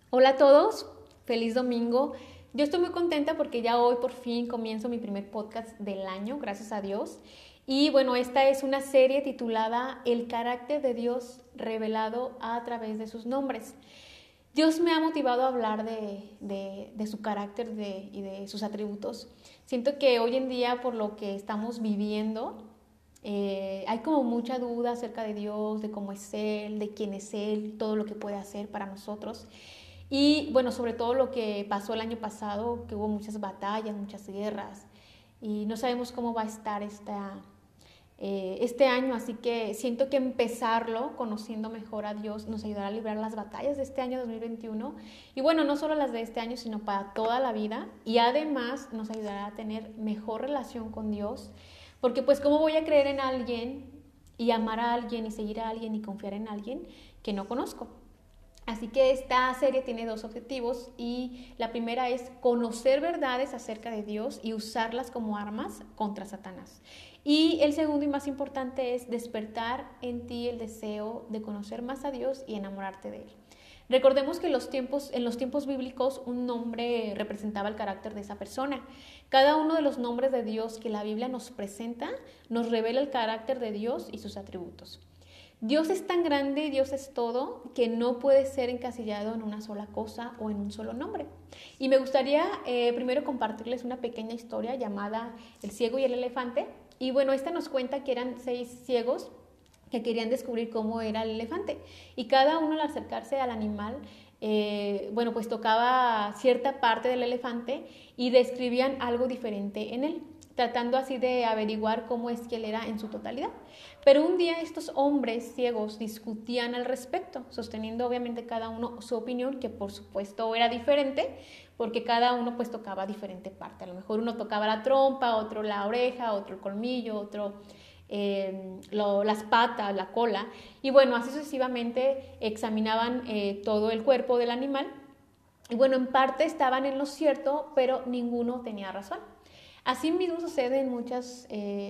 Hola a todos, feliz domingo. Yo estoy muy contenta porque ya hoy por fin comienzo mi primer podcast del año, gracias a Dios. Y bueno, esta es una serie titulada El carácter de Dios revelado a través de sus nombres. Dios me ha motivado a hablar de su carácter y de sus atributos. Siento que hoy en día, por lo que estamos viviendo, hay como mucha duda acerca de Dios, de cómo es Él, de quién es Él, todo lo que puede hacer para nosotros. Y bueno, sobre todo lo que pasó el año pasado, que hubo muchas batallas, muchas guerras, y no sabemos cómo va a estar este año, así que siento que empezarlo conociendo mejor a Dios nos ayudará a librar las batallas de este año 2021, y bueno, no solo las de este año, sino para toda la vida, y además nos ayudará a tener mejor relación con Dios, porque pues cómo voy a creer en alguien y amar a alguien y seguir a alguien y confiar en alguien que no conozco. Así que esta serie tiene dos objetivos y la primera es conocer verdades acerca de Dios y usarlas como armas contra Satanás. Y el segundo y más importante es despertar en ti el deseo de conocer más a Dios y enamorarte de Él. Recordemos que en los tiempos bíblicos un nombre representaba el carácter de esa persona. Cada uno de los nombres de Dios que la Biblia nos presenta nos revela el carácter de Dios y sus atributos. Dios es tan grande y Dios es todo que no puede ser encasillado en una sola cosa o en un solo nombre. Y me gustaría primero compartirles una pequeña historia llamada El ciego y el elefante. Y bueno, esta nos cuenta que eran 6 ciegos que querían descubrir cómo era el elefante. Y cada uno al acercarse al animal, bueno, pues tocaba cierta parte del elefante y describían algo diferente en él, tratando así de averiguar cómo es que él era en su totalidad. Pero un día estos hombres ciegos discutían al respecto, sosteniendo obviamente cada uno su opinión, que por supuesto era diferente, porque cada uno pues tocaba diferente parte. A lo mejor uno tocaba la trompa, otro la oreja, otro el colmillo, otro las patas, la cola, y bueno, así sucesivamente examinaban todo el cuerpo del animal, y bueno, en parte estaban en lo cierto, pero ninguno tenía razón. Asimismo sucede en muchos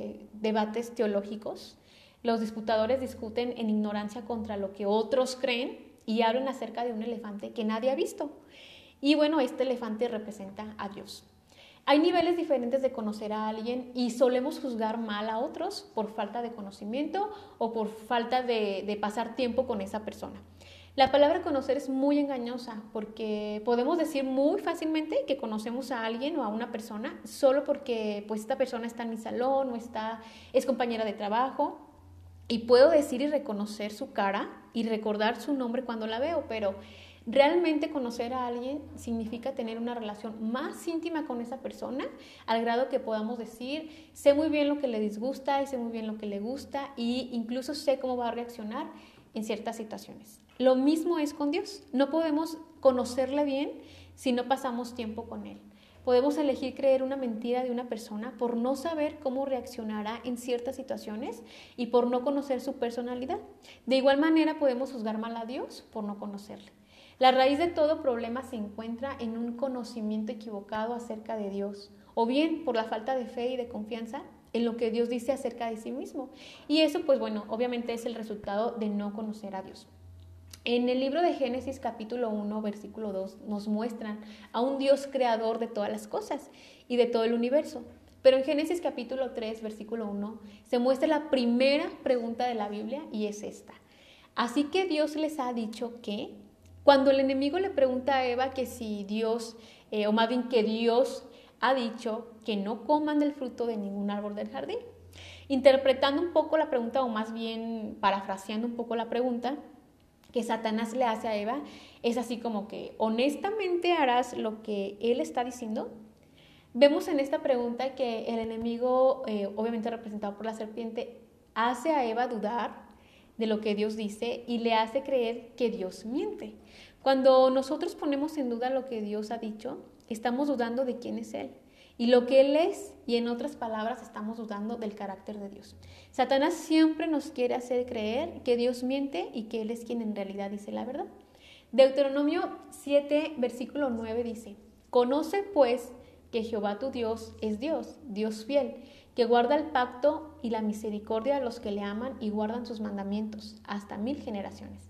debates teológicos. Los disputadores discuten en ignorancia contra lo que otros creen y hablan acerca de un elefante que nadie ha visto. Y bueno, este elefante representa a Dios. Hay niveles diferentes de conocer a alguien y solemos juzgar mal a otros por falta de conocimiento o por falta de pasar tiempo con esa persona. La palabra conocer es muy engañosa porque podemos decir muy fácilmente que conocemos a alguien o a una persona solo porque pues esta persona está en mi salón o es compañera de trabajo, y puedo decir y reconocer su cara y recordar su nombre cuando la veo, pero realmente conocer a alguien significa tener una relación más íntima con esa persona, al grado que podamos decir, sé muy bien lo que le disgusta y sé muy bien lo que le gusta, e incluso sé cómo va a reaccionar en ciertas situaciones. Lo mismo es con Dios. No podemos conocerle bien si no pasamos tiempo con Él. Podemos elegir creer una mentira de una persona por no saber cómo reaccionará en ciertas situaciones y por no conocer su personalidad. De igual manera podemos juzgar mal a Dios por no conocerle. La raíz de todo problema se encuentra en un conocimiento equivocado acerca de Dios, o bien por la falta de fe y de confianza en lo que Dios dice acerca de sí mismo. Y eso, pues bueno, obviamente es el resultado de no conocer a Dios. En el libro de Génesis capítulo 1, versículo 2, nos muestran a un Dios creador de todas las cosas y de todo el universo. Pero en Génesis capítulo 3, versículo 1, se muestra la primera pregunta de la Biblia y es esta. Así que Dios les ha dicho que, cuando el enemigo le pregunta a Eva que si Dios, o más bien que Dios ha dicho que no coman del fruto de ningún árbol del jardín. Interpretando un poco la pregunta, o más bien parafraseando un poco la pregunta que Satanás le hace a Eva, es así como que, ¿honestamente harás lo que él está diciendo? Vemos en esta pregunta que el enemigo, obviamente representado por la serpiente, hace a Eva dudar de lo que Dios dice y le hace creer que Dios miente. Cuando nosotros ponemos en duda lo que Dios ha dicho, estamos dudando de quién es Él y lo que Él es, y en otras palabras estamos dudando del carácter de Dios. Satanás siempre nos quiere hacer creer que Dios miente y que Él es quien en realidad dice la verdad. Deuteronomio 7, versículo 9 dice, conoce pues que Jehová tu Dios es Dios, Dios fiel, que guarda el pacto y la misericordia a los que le aman y guardan sus mandamientos hasta 1000 generaciones.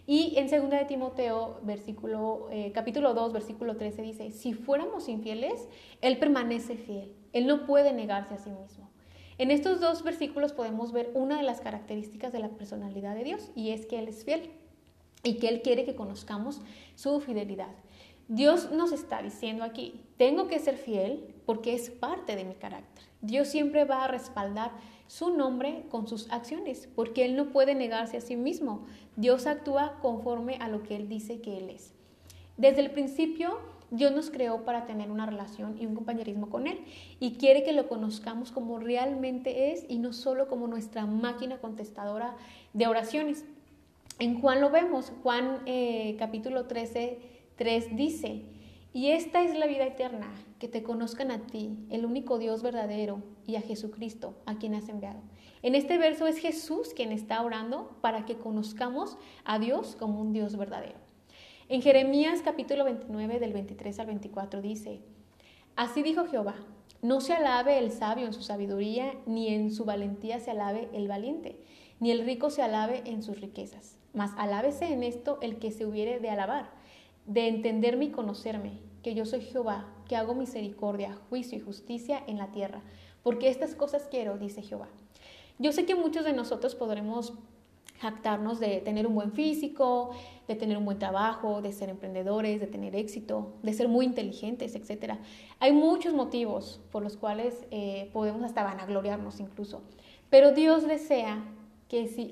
Y en 2 de Timoteo, capítulo 2, versículo 13 dice, si fuéramos infieles, Él permanece fiel. Él no puede negarse a sí mismo. En estos dos versículos podemos ver una de las características de la personalidad de Dios, y es que Él es fiel y que Él quiere que conozcamos su fidelidad. Dios nos está diciendo aquí, tengo que ser fiel porque es parte de mi carácter. Dios siempre va a respaldar su nombre con sus acciones, porque Él no puede negarse a sí mismo. Dios actúa conforme a lo que Él dice que Él es. Desde el principio, Dios nos creó para tener una relación y un compañerismo con Él, y quiere que lo conozcamos como realmente es y no solo como nuestra máquina contestadora de oraciones. En Juan lo vemos, Juan capítulo 13:3 dice, y esta es la vida eterna, que te conozcan a ti, el único Dios verdadero, y a Jesucristo, a quien has enviado. En este verso es Jesús quien está orando para que conozcamos a Dios como un Dios verdadero. En Jeremías capítulo 29 del 23 al 24 dice, así dijo Jehová, no se alabe el sabio en su sabiduría, ni en su valentía se alabe el valiente, ni el rico se alabe en sus riquezas, mas alábese en esto el que se hubiere de alabar, de entenderme y conocerme, que yo soy Jehová, que hago misericordia, juicio y justicia en la tierra, porque estas cosas quiero, dice Jehová. Yo sé que muchos de nosotros podremos jactarnos de tener un buen físico, de tener un buen trabajo, de ser emprendedores, de tener éxito, de ser muy inteligentes, etc. Hay muchos motivos por los cuales podemos hasta vanagloriarnos incluso, pero Dios desea que si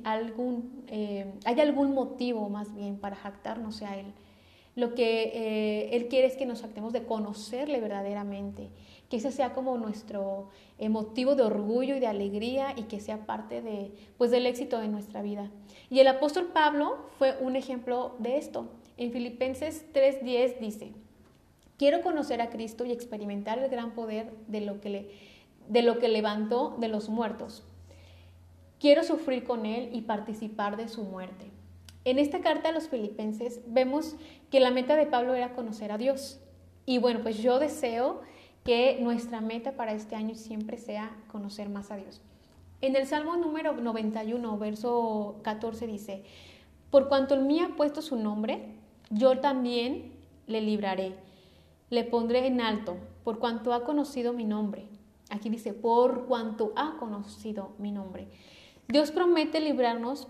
hay algún motivo más bien para jactarnos sea Él. Lo que Él quiere es que nos jactemos de conocerle verdaderamente, que ese sea como nuestro motivo de orgullo y de alegría y que sea parte del éxito de nuestra vida. Y el apóstol Pablo fue un ejemplo de esto. En Filipenses 3:10 dice, quiero conocer a Cristo y experimentar el gran poder de lo que levantó de los muertos. Quiero sufrir con Él y participar de su muerte. En esta carta a los filipenses vemos que la meta de Pablo era conocer a Dios. Y bueno, pues yo deseo que nuestra meta para este año siempre sea conocer más a Dios. En el Salmo número 91, verso 14 dice, por cuanto en mí ha puesto su nombre, yo también le libraré, le pondré en alto, por cuanto ha conocido mi nombre. Aquí dice, por cuanto ha conocido mi nombre. Dios promete librarnos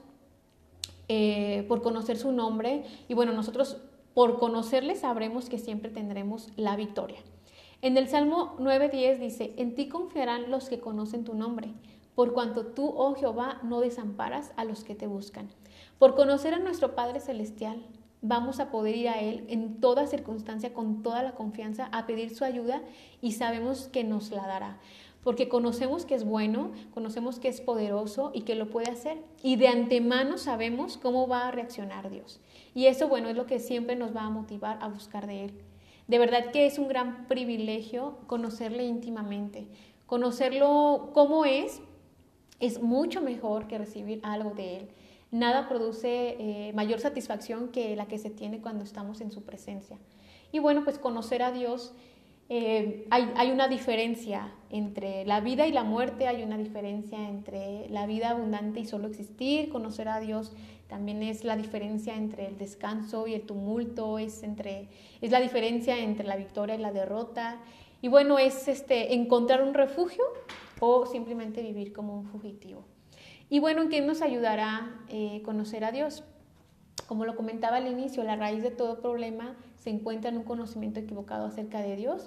por conocer su nombre y bueno, nosotros por conocerle sabremos que siempre tendremos la victoria. En el Salmo 9:10 dice, en ti confiarán los que conocen tu nombre, por cuanto tú, oh Jehová, no desamparas a los que te buscan. Por conocer a nuestro Padre Celestial, vamos a poder ir a Él en toda circunstancia, con toda la confianza, a pedir su ayuda y sabemos que nos la dará. Porque conocemos que es bueno, conocemos que es poderoso y que lo puede hacer. Y de antemano sabemos cómo va a reaccionar Dios. Y eso, bueno, es lo que siempre nos va a motivar a buscar de Él. De verdad que es un gran privilegio conocerle íntimamente. Conocerlo como es mucho mejor que recibir algo de Él. Nada produce mayor satisfacción que la que se tiene cuando estamos en su presencia. Y bueno, pues conocer a Dios, hay una diferencia entre la vida y la muerte, hay una diferencia entre la vida abundante y solo existir. Conocer a Dios también es la diferencia entre el descanso y el tumulto, es la diferencia entre la victoria y la derrota. Y bueno, es encontrar un refugio o simplemente vivir como un fugitivo. Y bueno, ¿en qué nos ayudará conocer a Dios? Como lo comentaba al inicio, la raíz de todo problema se encuentra en un conocimiento equivocado acerca de Dios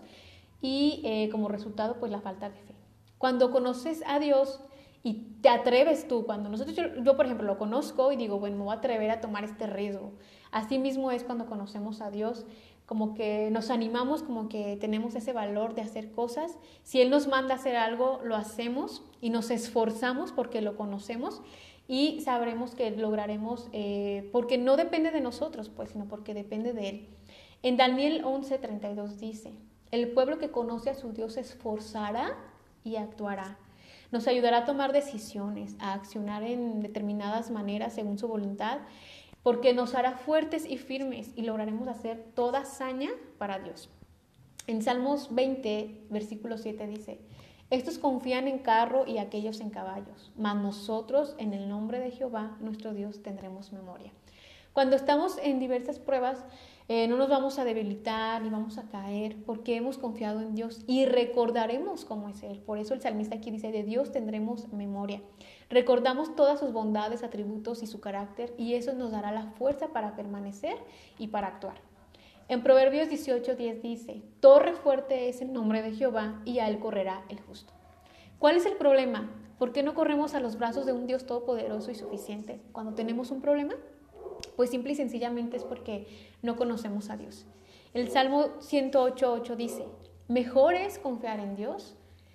y como resultado, pues la falta de fe. Cuando conoces a Dios y te atreves tú, yo por ejemplo lo conozco y digo, bueno, me voy a atrever a tomar este riesgo. Así mismo es cuando conocemos a Dios, como que nos animamos, como que tenemos ese valor de hacer cosas. Si Él nos manda a hacer algo, lo hacemos y nos esforzamos porque lo conocemos y sabremos que lograremos, porque no depende de nosotros, pues, sino porque depende de Él. En Daniel 11:32 dice, el pueblo que conoce a su Dios se esforzará y actuará. Nos ayudará a tomar decisiones, a accionar en determinadas maneras según su voluntad, porque nos hará fuertes y firmes y lograremos hacer toda hazaña para Dios. En Salmos 20, versículo 7 dice, estos confían en carro y aquellos en caballos, mas nosotros en el nombre de Jehová, nuestro Dios, tendremos memoria. Cuando estamos en diversas pruebas, no nos vamos a debilitar ni vamos a caer porque hemos confiado en Dios y recordaremos cómo es Él. Por eso el salmista aquí dice, de Dios tendremos memoria. Recordamos todas sus bondades, atributos y su carácter y eso nos dará la fuerza para permanecer y para actuar. En Proverbios 18:10 dice, torre fuerte es el nombre de Jehová y a Él correrá el justo. ¿Cuál es el problema? ¿Por qué no corremos a los brazos de un Dios todopoderoso y suficiente cuando tenemos un problema? Pues simple y sencillamente es porque no conocemos a Dios. El Salmo 108:8 dice, mejor es confiar en Dios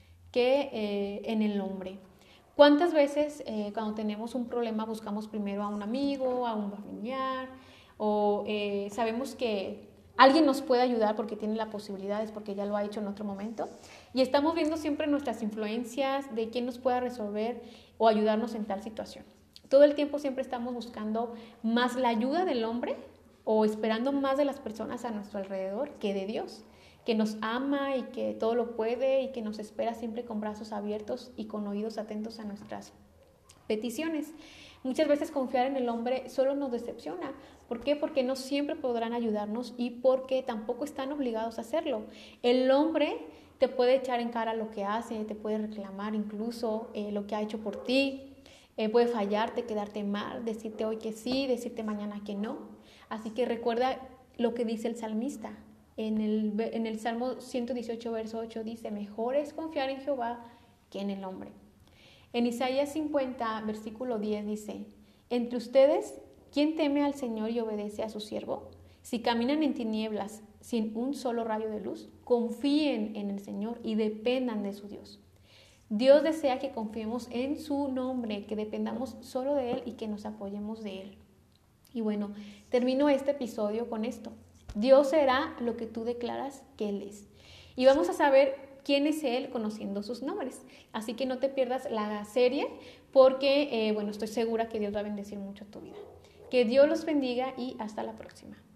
que en el hombre. ¿Cuántas veces cuando tenemos un problema buscamos primero a un amigo, a un familiar o sabemos que alguien nos puede ayudar porque tiene las posibilidades, porque ya lo ha hecho en otro momento? Y estamos viendo siempre nuestras influencias de quién nos pueda resolver o ayudarnos en tal situación. Todo el tiempo siempre estamos buscando más la ayuda del hombre o esperando más de las personas a nuestro alrededor que de Dios, que nos ama y que todo lo puede y que nos espera siempre con brazos abiertos y con oídos atentos a nuestras peticiones. Muchas veces confiar en el hombre solo nos decepciona. ¿Por qué? Porque no siempre podrán ayudarnos y porque tampoco están obligados a hacerlo. El hombre te puede echar en cara lo que hace, te puede reclamar incluso lo que ha hecho por ti. Puede fallarte, quedarte mal, decirte hoy que sí, decirte mañana que no. Así que recuerda lo que dice el salmista. En el Salmo 118, verso 8 dice, mejor es confiar en Jehová que en el hombre. En Isaías 50, versículo 10 dice, entre ustedes, ¿quién teme al Señor y obedece a su siervo? Si caminan en tinieblas sin un solo rayo de luz, confíen en el Señor y dependan de su Dios. Dios desea que confiemos en su nombre, que dependamos solo de Él y que nos apoyemos de Él. Y bueno, termino este episodio con esto. Dios será lo que tú declaras que Él es. Y vamos a saber quién es Él conociendo sus nombres. Así que no te pierdas la serie porque, estoy segura que Dios va a bendecir mucho tu vida. Que Dios los bendiga y hasta la próxima.